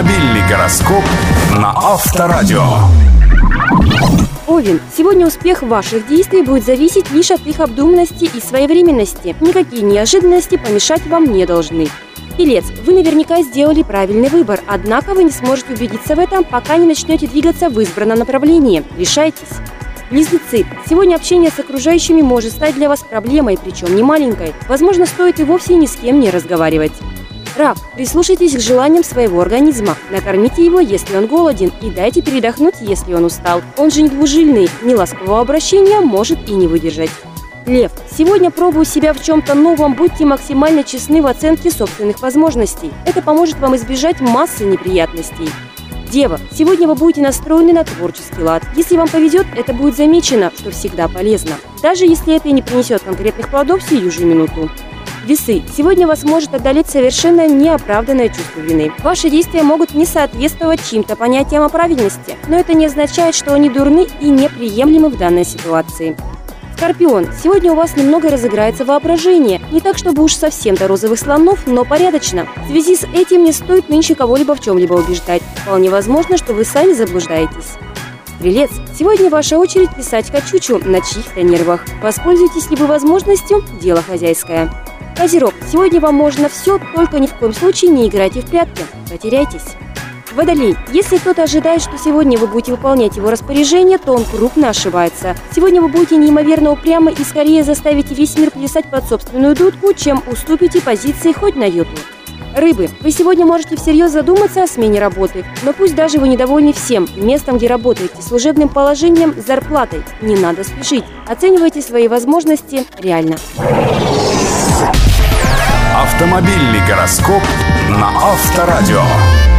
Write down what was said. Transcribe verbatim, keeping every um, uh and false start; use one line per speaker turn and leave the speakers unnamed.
Автомобильный гороскоп на Авторадио.
Овен, сегодня успех ваших действий будет зависеть лишь от их обдуманности и своевременности. Никакие неожиданности помешать вам не должны. Телец, вы наверняка сделали правильный выбор, однако вы не сможете убедиться в этом, пока не начнете двигаться в избранном направлении. Решайтесь. Близнецы, сегодня общение с окружающими может стать для вас проблемой, причем не маленькой. Возможно, стоит и вовсе ни с кем не разговаривать. Рак, прислушайтесь к желаниям своего организма. Накормите его, если он голоден, и дайте передохнуть, если он устал. Он же не двужильный, неласкового обращения может и не выдержать. Лев, сегодня пробуя себя в чем-то новом, будьте максимально честны в оценке собственных возможностей. Это поможет вам избежать массы неприятностей. Дева, сегодня вы будете настроены на творческий лад. Если вам повезет, это будет замечено, что всегда полезно. Даже если это и не принесет конкретных плодов сию же минуту. Весы, сегодня вас может одолеть совершенно неоправданное чувство вины. Ваши действия могут не соответствовать чьим-то понятиям о правильности, но это не означает, что они дурны и неприемлемы в данной ситуации. Скорпион, сегодня у вас немного разыграется воображение. Не так, чтобы уж совсем до розовых слонов, но порядочно. В связи с этим не стоит нынче кого-либо в чем-либо убеждать. Вполне возможно, что вы сами заблуждаетесь. Стрелец, сегодня ваша очередь писать качучу на чьих-то нервах. Воспользуйтесь ли вы возможностью, дело хозяйское. Козерог, сегодня вам можно все, только ни в коем случае не играйте в прятки. Потеряйтесь. Водолей, если кто-то ожидает, что сегодня вы будете выполнять его распоряжение, то он крупно ошибается. Сегодня вы будете неимоверно упрямы и скорее заставите весь мир плясать под собственную дудку, чем уступите позиции хоть на йоту. Рыбы, вы сегодня можете всерьез задуматься о смене работы, но пусть даже вы недовольны всем, местом, где работаете, служебным положением, зарплатой, не надо спешить. Оценивайте свои возможности реально.
Автомобильный гороскоп на Авторадио.